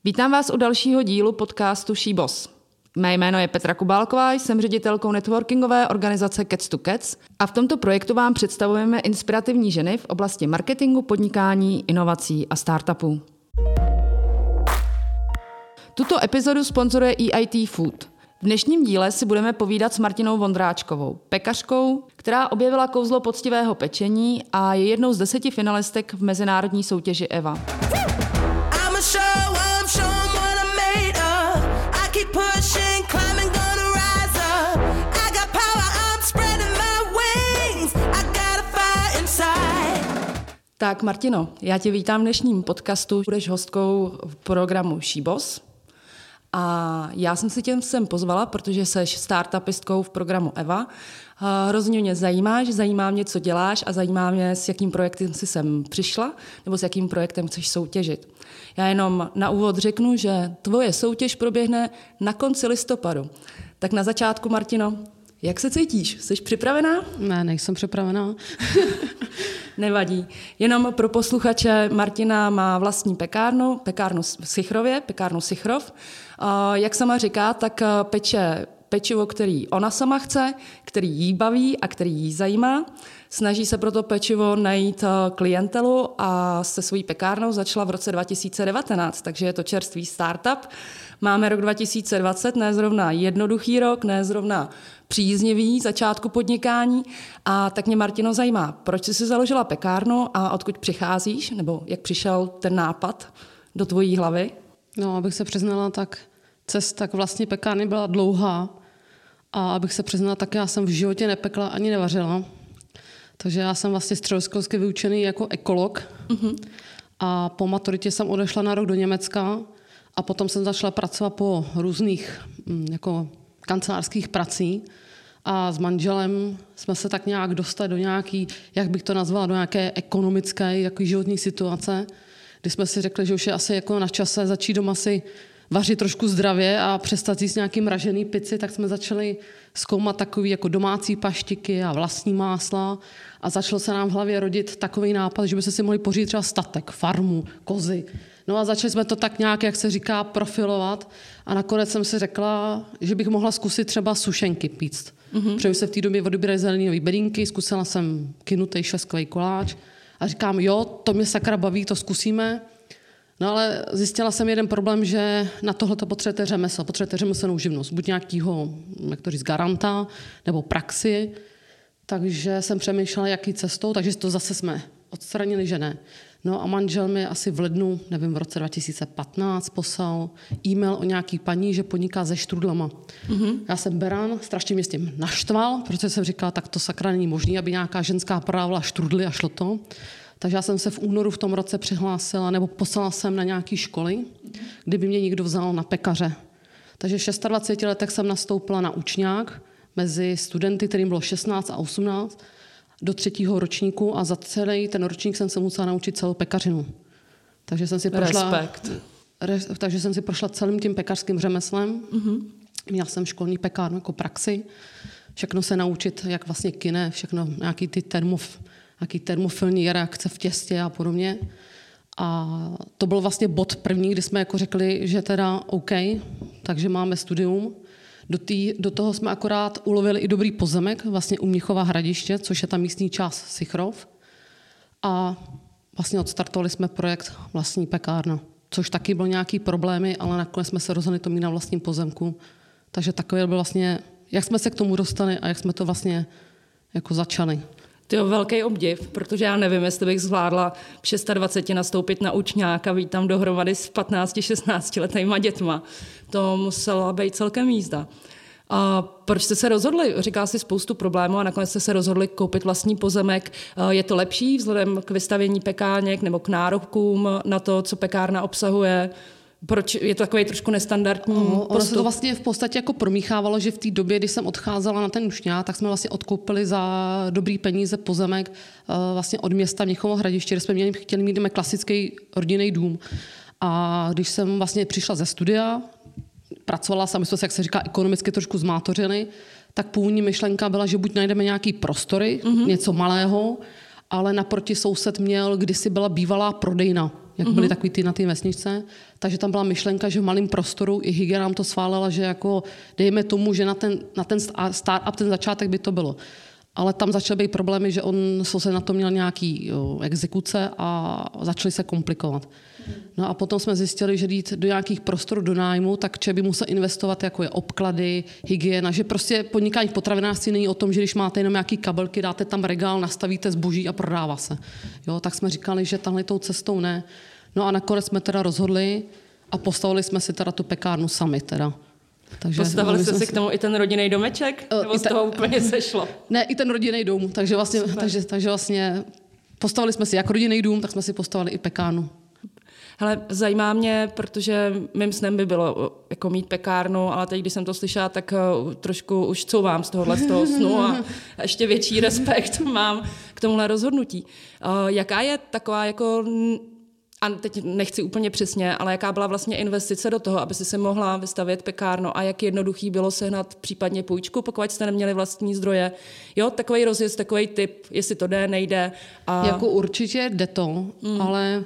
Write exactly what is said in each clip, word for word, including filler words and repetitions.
Vítám vás u dalšího dílu podcastu She Boss. Mé jméno je Petra Kubálková, jsem ředitelkou networkingové organizace Cats to Cats a v tomto projektu vám představujeme inspirativní ženy v oblasti marketingu, podnikání, inovací a startupů. Tuto epizodu sponzoruje E I T Food. V dnešním díle si budeme povídat s Martinou Vondráčkovou, pekařkou, která objevila kouzlo poctivého pečení a je jednou z deseti finalistek v mezinárodní soutěži E V A. Tak Martino, já tě vítám v dnešním podcastu. Budeš hostkou v programu She Boss. A já jsem si tě sem pozvala, protože seš startupistkou v programu E V A. Hrozně mě zajímáš, zajímá mě, co děláš a zajímá mě, s jakým projektem jsi sem přišla nebo s jakým projektem chceš soutěžit. Já jenom na úvod řeknu, že tvoje soutěž proběhne na konci listopadu. Tak na začátku, Martino, jak se cítíš? Jsi připravená? Ne, nejsem připravená. Nevadí. Jenom pro posluchače, Martina má vlastní pekárnu, pekárnu v Sichrově, pekárnu Sichrov. Jak sama říká, tak peče pečivo, který ona sama chce, který jí baví a který jí zajímá. Snaží se pro to pečivo najít klientelu a se svojí pekárnou začala v roce dva tisíce devatenáct, takže je to čerstvý startup. Máme rok dva tisíce dvacet, ne zrovna jednoduchý rok, ne zrovna příznivý začátku podnikání. A tak mě, Martino, zajímá, proč jsi si založila pekárnu a odkud přicházíš, nebo jak přišel ten nápad do tvojí hlavy? No, abych se přiznala, tak cesta k vlastní pekárny byla dlouhá a abych se přiznala, tak já jsem v životě nepekla ani nevařila. Takže já jsem vlastně středoškolsky vyučený jako ekolog uh-huh. a po maturitě jsem odešla na rok do Německa a potom jsem začala pracovat po různých jako kancelářských prací a s manželem jsme se tak nějak dostali do nějaký, jak bych to nazvala, do nějaké ekonomické jako životní situace, kdy jsme si řekli, že už je asi jako na čase začít doma si vařit trošku zdravě a přestat jíst nějaký mražený pici, tak jsme začali zkoumat takový jako domácí paštiky a vlastní másla a začalo se nám v hlavě rodit takový nápad, že by se si mohli pořídit třeba statek, farmu, kozy. No a začali jsme to tak nějak, jak se říká, profilovat a nakonec jsem si řekla, že bych mohla zkusit třeba sušenky píct. Mm-hmm. Protože se v té době odebíraly zelenové bedínky, zkusila jsem kynutej švestkový koláč a říkám, jo, to mě sakra baví, to zkusíme. No ale zjistila jsem jeden problém, že na tohle to potřebujete řemeslo, potřebujete řemeslnou živnost, buď nějakýho, jak to říct, garanta, nebo praxi. Takže jsem přemýšlela, jaký cestou, takže to zase jsme odstranili, že ne. No a manžel mi asi v lednu, nevím, v roce dva tisíce patnáct poslal e-mail o nějaký paní, že podniká se štrudlama. Mm-hmm. Já jsem beran, strašně mě s tím naštval, protože jsem říkala, tak to sakra není možný, aby nějaká ženská prodávala štrudly a šlo to. Takže já jsem se v únoru v tom roce přihlásila, nebo poslala jsem na nějaké školy, kdyby mě někdo vzal na pekaře. Takže v dvaceti šesti letech jsem nastoupila na učňák mezi studenty, kterým bylo šestnáct a osmnáct, do třetího ročníku a za celý ten ročník jsem se musela naučit celou pekařinu. Takže jsem si prošla, Respekt. Re, takže jsem si prošla celým tím pekařským řemeslem. Mm-hmm. Měla jsem školní pekárnu jako praxi. Všechno se naučit, jak vlastně kyne, všechno, nějaký ty termof, nějaký termofilní reakce v těstě a podobně. A to byl vlastně bod první, kdy jsme jako řekli, že teda OK, takže máme studium. Do, tý, do toho jsme akorát ulovili i dobrý pozemek, vlastně u Mnichova Hradiště, což je ta místní část Sichrov. A vlastně odstartovali jsme projekt vlastní pekárna, což taky byl nějaký problémy, ale nakonec jsme se rozhodli to mít na vlastním pozemku. Takže takový byl vlastně, jak jsme se k tomu dostali a jak jsme to vlastně jako začali. To velký obdiv, protože já nevím, jestli bych zvládla v dvaceti šesti nastoupit na učňák a být tam dohromady s patnácti šestnácti letýma dětma. To musela být celkem jízda. A proč jste se rozhodli? Říká si spoustu problémů a nakonec jste se rozhodli koupit vlastní pozemek. Je to lepší vzhledem k vystavění pekárněk nebo k nárokům na to, co pekárna obsahuje? Proč je to takový trošku nestandardní ono, postup? Ono se to vlastně v podstatě jako promíchávalo, že v té době, kdy jsem odcházela na ten učňák, tak jsme vlastně odkoupili za dobrý peníze pozemek vlastně od města Mnichovo Hradiště, kde jsme měli, chtěli mít klasický rodinný dům. A když jsem vlastně přišla ze studia, pracovala jsem, my jsme se, jak se říká, ekonomicky trošku zmátořili, tak původní myšlenka byla, že buď najdeme nějaký prostory, mm-hmm. něco malého, ale naproti soused měl, kdysi byla bývalá prodejna. jak byly takový ty na té vesničce. Takže tam byla myšlenka, že v malém prostoru i hygiena nám to schválila, že jako dejme tomu, že na ten, na ten start-up, ten začátek by to bylo. Ale tam začaly být problémy, že on se na to měl nějaký jo, exekuce a začaly se komplikovat. No a potom jsme zjistili, že jít do nějakých prostorů do nájmu, tak člověk by musel investovat jako je obklady, hygiena, že prostě podnikání v potravinářství není o tom, že když máte jenom nějaký kabelky, dáte tam regál, nastavíte zboží a prodává se. Jo, tak jsme říkali, že tahle tou cestou ne. No a nakonec jsme teda rozhodli a postavili jsme si teda tu pekárnu sami teda. Takže, postavili jste si k tomu i ten rodinný domeček? Uh, nebo z toho úplně sešlo? Ne, i ten rodinný dům. Takže vlastně, takže, takže vlastně postavili jsme si jak rodinný dům, tak jsme si postavili i pekárnu. Hele, zajímá mě, protože mým snem by bylo jako mít pekárnu, ale teď, když jsem to slyšela, tak uh, trošku už couvám z tohohle z toho snu a ještě větší respekt mám k tomuhle rozhodnutí. Uh, jaká je taková jako... A teď nechci úplně přesně, ale jaká byla vlastně investice do toho, aby si si mohla vystavět pekárnu a jak jednoduchý bylo sehnat případně půjčku, pokud jste neměli vlastní zdroje. Jo, takový rozjezd, takový tip, jestli to jde, nejde. A... Jako určitě jde to, mm. ale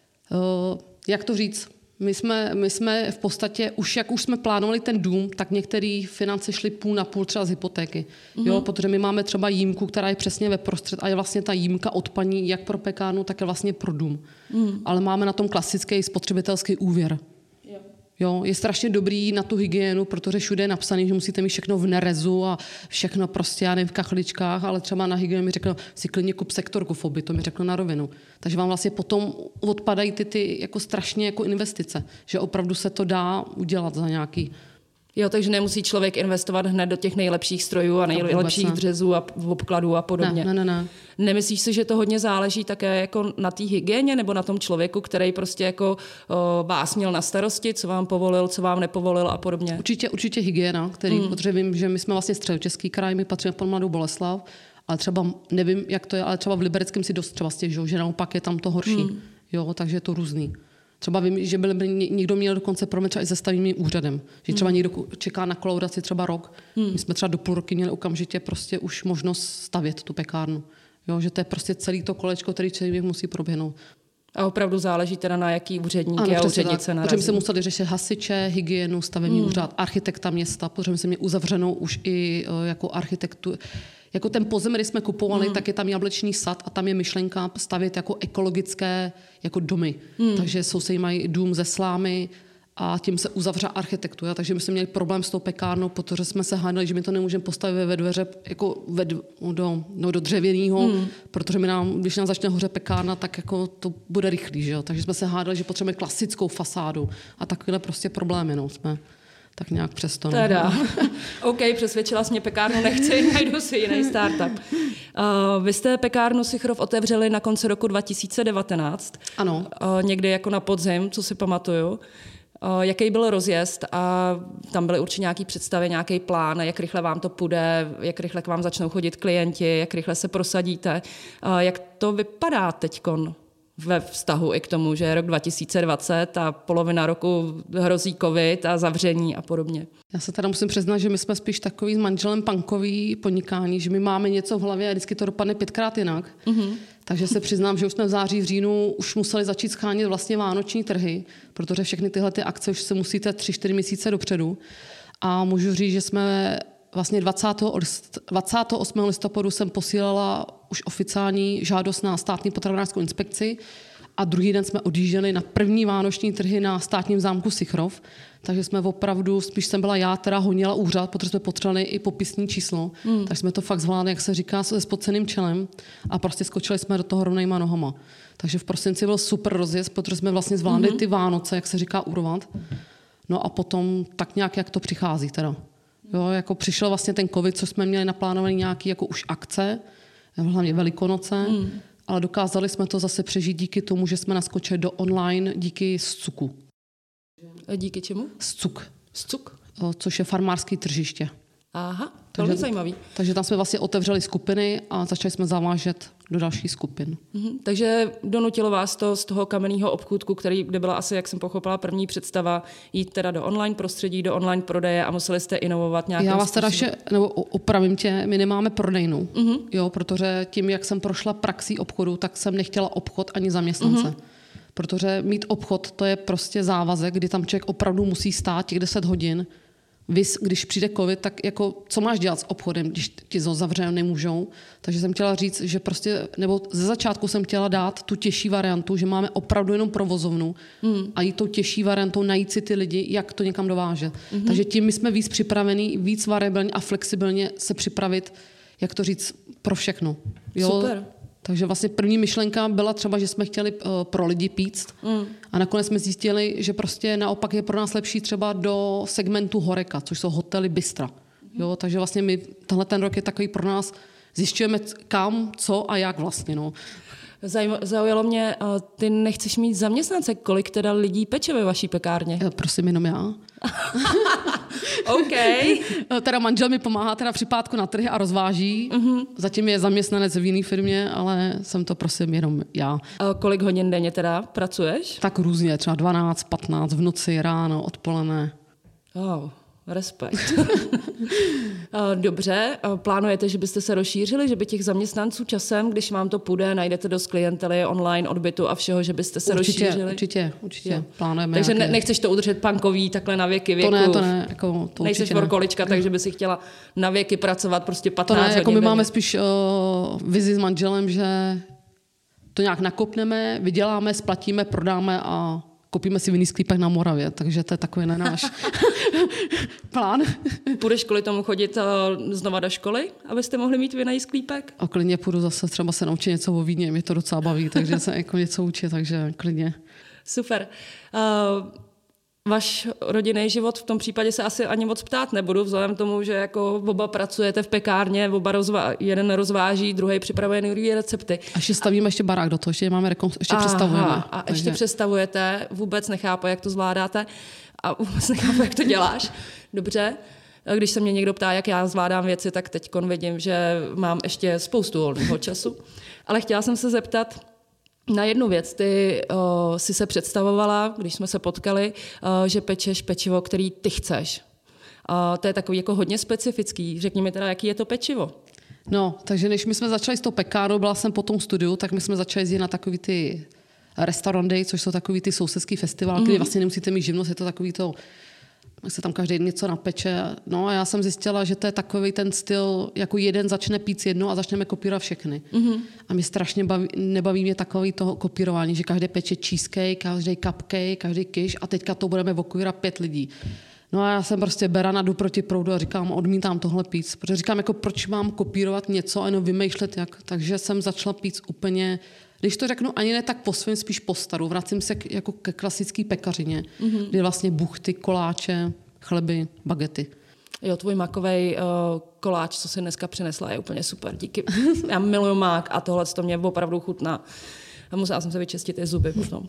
uh, jak to říct, my jsme, my jsme v podstatě, už jak už jsme plánovali ten dům, tak některé finance šly půl na půl třeba z hypotéky. Mm. Jo, protože my máme třeba jímku, která je přesně ve prostřed a je vlastně ta jímka od paní jak pro pekárnu, tak je vlastně pro dům. Mm. Ale máme na tom klasický spotřebitelský úvěr. Jo. Jo, je strašně dobrý na tu hygienu, protože všude je napsaný, že musíte mít všechno v nerezu a všechno prostě, já nevím, v kachličkách, ale třeba na hygienu mi řekl, si klidně kup sektorku foby, to mi řekl na rovinu. Takže vám vlastně potom odpadají ty, ty jako strašně jako investice, že opravdu se to dá udělat za nějaký... Jo, takže nemusí člověk investovat hned do těch nejlepších strojů a nejlepších dřezů a obkladů a podobně. Ne, ne, ne. Nemyslíš si, že to hodně záleží také jako na té hygieně nebo na tom člověku, který prostě jako o, vás měl na starosti, co vám povolil, co vám nepovolil a podobně? Určitě, určitě hygiena, který, hmm. protože vím, že my jsme vlastně Středočeský kraj, my patříme pod Mladou Boleslav, ale třeba, nevím, jak to je, ale třeba v Libereckém si dost třeba stěžují, že naopak je tam to horší. Hmm. Jo, takže je to různý. Třeba vím, že byl, někdo měl dokonce problém třeba i se stavebním úřadem. Že třeba hmm. někdo čeká na kolaudaci třeba rok. Hmm. My jsme třeba do půl roky měli okamžitě prostě už možnost stavět tu pekárnu. Jo, že to je prostě celý to kolečko, který člověk musí proběhnout. A opravdu záleží teda na jaký úředníky a úřednice narazí. Protože jsme museli řešit hasiče, hygienu, stavební hmm. úřad, architekta města, protože jsme měli uzavřenou už i jako architektu. Jako ten pozem, který jsme kupovali, hmm. tak je tam jablečný sad a tam je myšlenka stavět jako ekologické jako domy. Hmm. Takže sousedí mají dům ze slámy a tím se uzavře architektura. Takže my jsme měli problém s tou pekárnou, protože jsme se hádali, že my to nemůžeme postavit ve dveře jako ve, do, no, do dřevěného, hmm. protože my nám, když nám začne hořet pekárna, tak jako to bude rychlý. Že jo? Takže jsme se hádali, že potřebujeme klasickou fasádu a takovéhle prostě problémy no, jsme. Tak nějak přesto. Teda. OK, přesvědčila jsi mě, pekárnu nechci, najdu si jiný startup. Uh, vy jste pekárnu Sichrov otevřeli na konci roku dva tisíce devatenáct. Ano. Uh, někdy jako na podzim, co si pamatuju. Uh, jaký byl rozjezd a tam byly určitě nějaké představy, nějaký plán, jak rychle vám to půjde, jak rychle k vám začnou chodit klienti, jak rychle se prosadíte. Uh, jak to vypadá teďkon? Ve vztahu i k tomu, že je rok dva tisíce dvacet a polovina roku hrozí covid a zavření a podobně. Já se teda musím přiznat, že my jsme spíš takový s manželem punkový podnikání, že my máme něco v hlavě a vždycky to dopadne pětkrát jinak. Mm-hmm. Takže se přiznám, že už jsme v září, v říjnu už museli začít schánět vlastně vánoční trhy, protože všechny tyhle ty akce už se musíte tři, čtyři měsíce dopředu. A můžu říct, že jsme vlastně dvacátého osmého listopadu jsem posílala už oficiální žádost na státní potravinářskou inspekci a druhý den jsme odjížděli na první vánoční trhy na státním zámku Sichrov, takže jsme opravdu, spíš jsem byla já, teda honila úřad, protože jsme potřebovali i popisní číslo, mm. takže jsme to fakt zvládli, jak se říká, se spoceným čelem a prostě skočili jsme do toho rovnejma nohama. Takže v prosinci byl super rozjezd, protože jsme vlastně zvládli mm-hmm. ty Vánoce, jak se říká, urvat. No a potom tak nějak, jak to přichází teda. Jo, jako přišel vlastně ten covid, co jsme měli naplánovaný nějaký jako už akce, hlavně Velikonoce, hmm. ale dokázali jsme to zase přežít díky tomu, že jsme naskočili do online díky Scuku. A díky čemu? Scuk. Scuk? Což je farmářský tržiště. Aha, to je zajímavý. Takže tam jsme vlastně otevřeli skupiny a začali jsme zavážet do dalších skupin. Mhm, takže donutilo vás to z toho kamenného obchůdku, který, kde byla asi, jak jsem pochopila, první představa, jít teda do online prostředí, do online prodeje a museli jste inovovat nějakým Já vás způsobem. teda še, nebo opravím tě, my nemáme prodejnu, mm-hmm. jo, protože tím, jak jsem prošla praxí obchodu, tak jsem nechtěla obchod ani zaměstnance. Mm-hmm. Protože mít obchod, to je prostě závazek, kdy tam člověk opravdu musí stát těch deset hodin. Vys, když přijde covid, tak jako, co máš dělat s obchodem, když ti to zavřenou nemůžou. Takže jsem chtěla říct, že prostě, nebo ze začátku jsem chtěla dát tu těžší variantu, že máme opravdu jenom provozovnu mm. a jít tou těžší variantou najít si ty lidi, jak to někam dovážet. Mm-hmm. Takže tím my jsme víc připravení, víc variabilně a flexibilně se připravit, jak to říct, pro všechno. Jo? Super. Takže vlastně první myšlenka byla třeba, že jsme chtěli uh, pro lidi píct mm. a nakonec jsme zjistili, že prostě naopak je pro nás lepší třeba do segmentu horeka, což jsou hotely, bystra. Mm. Jo, takže vlastně my, tenhle ten rok je takový pro nás, zjišťujeme kam, co a jak vlastně. No. Zajím, zaujalo mě, uh, ty nechceš mít zaměstnance, kolik teda lidí peče ve vaší pekárně? Já, prosím, jenom já. OK. Teda manžel mi pomáhá teda při pátku na trhy a rozváží. Mm-hmm. Zatím je zaměstnanec v jiné firmě, ale jsem to prosím jenom já. A kolik hodin denně teda pracuješ? Tak různě, třeba dvanáct, patnáct, v noci, ráno, odpoledne. Wow, respekt. Dobře, plánujete, že byste se rozšířili, že by těch zaměstnanců časem, když vám to půjde, najdete dost klientely, online, odbytu a všeho, že byste se určitě, rozšířili? Určitě, určitě. Jo. Plánujeme. Takže nějaké... ne, nechceš to udržet punkový takhle na věky věku? To ne, to ne. Jako, to nejseš workolička, takže by si chtěla na věky pracovat prostě patnáct to ne, jako hodin. My máme spíš uh, vizi s manželem, že to nějak nakopneme, vyděláme, splatíme, prodáme a koupíme si vinný sklípek na Moravě, takže to je takový náš plán. Půjdeš kvůli tomu chodit uh, znova do školy, abyste mohli mít vinný sklípek? A klidně půjdu zase třeba se naučit něco o víně, mě to docela baví, takže se jako něco učit, takže klidně. Super. Uh, Váš rodinný život v tom případě se asi ani moc ptát nebudu, vzhledem k tomu, že jako oba pracujete v pekárně, oba rozvá, jeden rozváží, druhý připravuje nové recepty. A ještě stavíme ještě barák do toho, ještě máme rekon, ještě Aha, přestavujeme. A takže... ještě přestavujete, vůbec nechápu, jak to zvládáte a vůbec nechápu, jak to děláš. Dobře. Když se mě někdo ptá, jak já zvládám věci, tak teď vidím, že mám ještě spoustu volného času. Ale chtěla jsem se zeptat na jednu věc. Ty uh, si se představovala, když jsme se potkali, uh, že pečeš pečivo, který ty chceš. Uh, to je takový jako hodně specifický. Řekni mi teda, jaký je to pečivo. No, takže než my jsme začali s tou pekárnou, byla jsem po tom studiu, tak my jsme začali jezdit na takový ty restaurant day, což jsou takový ty sousedský festival, mm. kdy vlastně nemusíte mít živnost, je to takový to, jak se tam každý den něco napeče. No a já jsem zjistila, že to je takový ten styl, jako jeden začne pít jedno a začneme kopírovat všechny. Mm-hmm. A mě strašně baví, nebaví mě takový toho kopírování, že každý peče cheesecake, každý cupcake, každý kiš a teďka to budeme okopírovat pět lidí. No a já jsem prostě berana, jdu proti proudu a říkám, odmítám tohle pít. Protože říkám, jako proč mám kopírovat něco a jenom vymýšlet jak. Takže jsem začala pít úplně, když to řeknu, ani ne tak po svém, spíš po staru. Vracím se k, jako ke klasické pekařině, mm-hmm. kdy vlastně buchty, koláče, chleby, bagety. Jo, tvůj makovej uh, koláč, co jsi dneska přinesla, je úplně super. Díky. Já miluju mák a tohle to mě opravdu chutná. A musela jsem se vyčistit i zuby potom.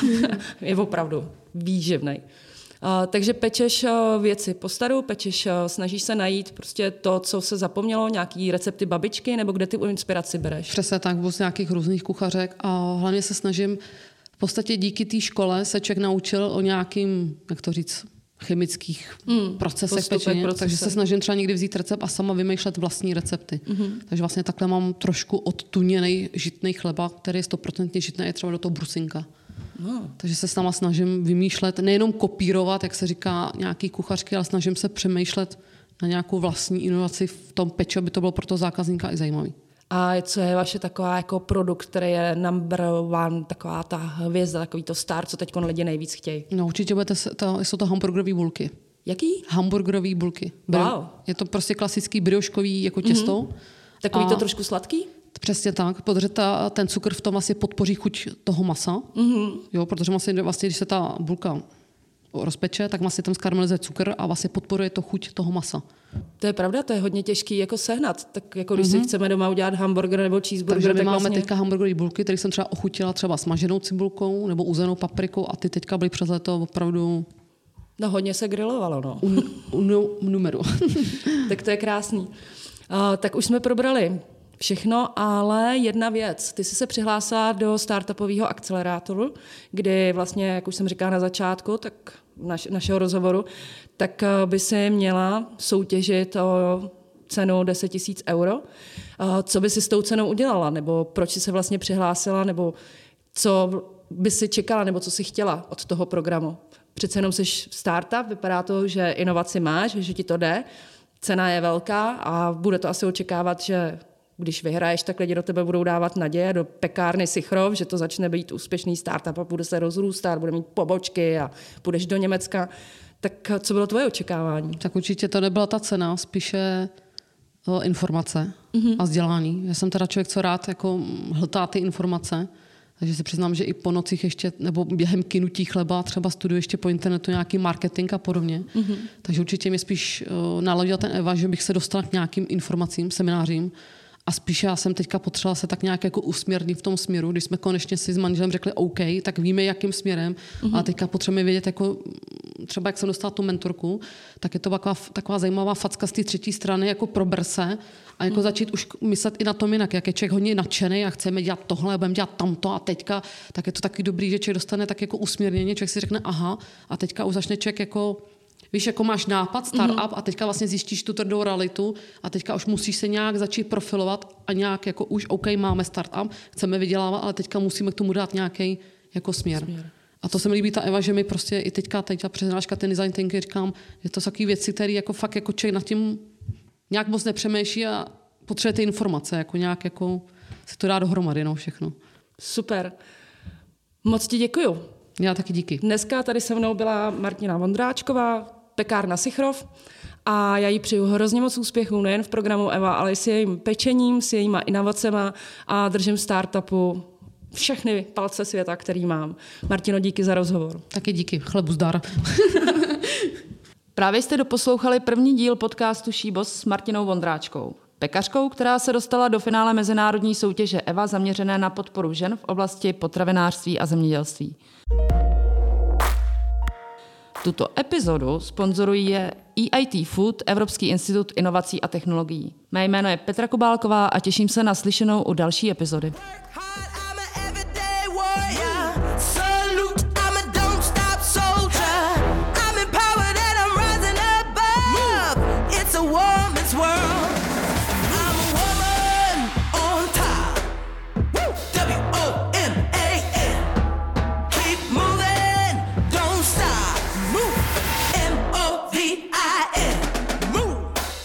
Je opravdu výživnej. Uh, takže pečeš uh, věci po staru, pečeš, uh, snažíš se najít prostě to, co se zapomnělo, nějaký recepty babičky, nebo kde ty inspiraci bereš? Přesně tak, z nějakých různých kuchařek a hlavně se snažím, v podstatě díky té škole se člověk naučil o nějakým, jak to říct, chemických mm, procesech pečení, takže se snažím třeba někdy vzít recept a sama vymýšlet vlastní recepty. Mm-hmm. Takže vlastně takhle mám trošku odtuněnej žitnej chleba, který je stoprocentně žitný, je třeba do toho brusinka. No. Takže se s náma snažím vymýšlet, nejenom kopírovat, jak se říká, nějaký kuchařky, ale snažím se přemýšlet na nějakou vlastní inovaci v tom peči, aby to bylo pro toho zákazníka i zajímavý. A co je vaše taková jako produkt, který je number one, taková ta hvězda, takový to star, co teď lidi nejvíc chtějí? No určitě budete, to, jsou to hamburgerové bulky. Jaký? Hamburgerové bulky. Wow. Je to prostě klasický brioškový jako těsto. Mm-hmm. Takový a to trošku sladký? Přesně tak, protože ta, ten cukr v tom vlastně podpoří chuť toho masa. Mm-hmm. Jo, protože vlastně, vlastně, když se ta bulka rozpeče, tak vlastně tam skaramelizuje cukr a vlastně podporuje to chuť toho masa. To je pravda, to je hodně těžký jako sehnat. Tak jako když mm-hmm. si chceme doma udělat hamburger nebo cheeseburger, takže my tak máme vlastně... teďka hamburgerové bulky, které jsem třeba ochutila třeba smaženou cibulkou nebo uzenou paprikou a ty teďka byly přes léto opravdu... No hodně se grilovalo, no. Un, un, numeru. Tak to je krásný. Uh, tak už jsme probrali všechno, ale jedna věc. Ty jsi se přihlásila do startupového akcelerátoru, kdy vlastně, jak už jsem říkala na začátku, tak naš, našeho rozhovoru, tak by si měla soutěžit o cenu deset tisíc euro. Co by si s tou cenou udělala? Nebo proč jsi se vlastně přihlásila? Nebo co by si čekala nebo co si chtěla od toho programu? Přece jenom jsi startup, vypadá to, že inovaci máš, že ti to jde, cena je velká a bude to asi očekávat, že když vyhraješ, tak lidi do tebe budou dávat naděje, do pekárny Sichrov, že to začne být úspěšný startup a bude se rozrůstat, bude mít pobočky a půjdeš do Německa. Tak co bylo tvoje očekávání? Tak určitě to nebyla ta cena, spíše informace mm-hmm. a vzdělání. Já jsem teda člověk, co rád jako hltá ty informace, takže se přiznám, že i po nocích ještě, nebo během kynutí chleba třeba studuji ještě po internetu nějaký marketing a podobně. Mm-hmm. Takže určitě mě spíš uh, naladil ten Eva, že bych se dostala k nějakým informacím, seminářím. A spíš já jsem teďka potřebovala se tak nějak jako usměrnit v tom směru, když jsme konečně si s manželem řekli OK, tak víme, jakým směrem, mm-hmm. ale teďka potřebujeme vědět, jako, třeba jak jsem dostala tu mentorku, tak je to taková, taková zajímavá facka z té třetí strany, jako prober se a jako mm-hmm. začít už myslet i na tom jinak, jak je člověk hodně nadšený a chceme dělat tohle, budeme dělat tamto a teďka, tak je to taky dobrý, že člověk dostane tak jako usměrněně, člověk si řekne aha a teďka už začne člověk jako víš, jako máš nápad, startup mm-hmm. a teďka vlastně zjistíš tu tvrdou realitu a teďka už musíš se nějak začít profilovat a nějak jako už OK, máme startup, chceme vydělávat, ale teďka musíme k tomu dát nějaký jako směr. směr. A to se mi líbí ta Eva, že mi prostě i teďka, teďka přednáška ten design thinking, říkám, je to takové věci, které jako fakt jako člověk nad tím nějak moc nepřemýšlí a potřebuje ty informace, jako nějak jako se to dá dohromady, no všechno. Super. Moc ti děkuju. Já taky díky. Dneska tady se mnou byla Martina Vondráčková, pekárna Sichrov a já jí přeju hrozně moc úspěchů nejen v programu Eva, ale i s jejím pečením, s jejíma inovacema a držím startupu všechny palce světa, který mám. Martino, díky za rozhovor. Taky díky, chlebu zdar. Právě jste doposlouchali první díl podcastu Šíbos s Martinou Vondráčkou, pekařkou, která se dostala do finále mezinárodní soutěže Eva zaměřené na podporu žen v oblasti potravinářství a zemědělství. Tuto epizodu sponzoruje E I T Food, Evropský institut inovací a technologií. Mé jméno je Petra Kubálková a těším se na slyšenou u další epizody.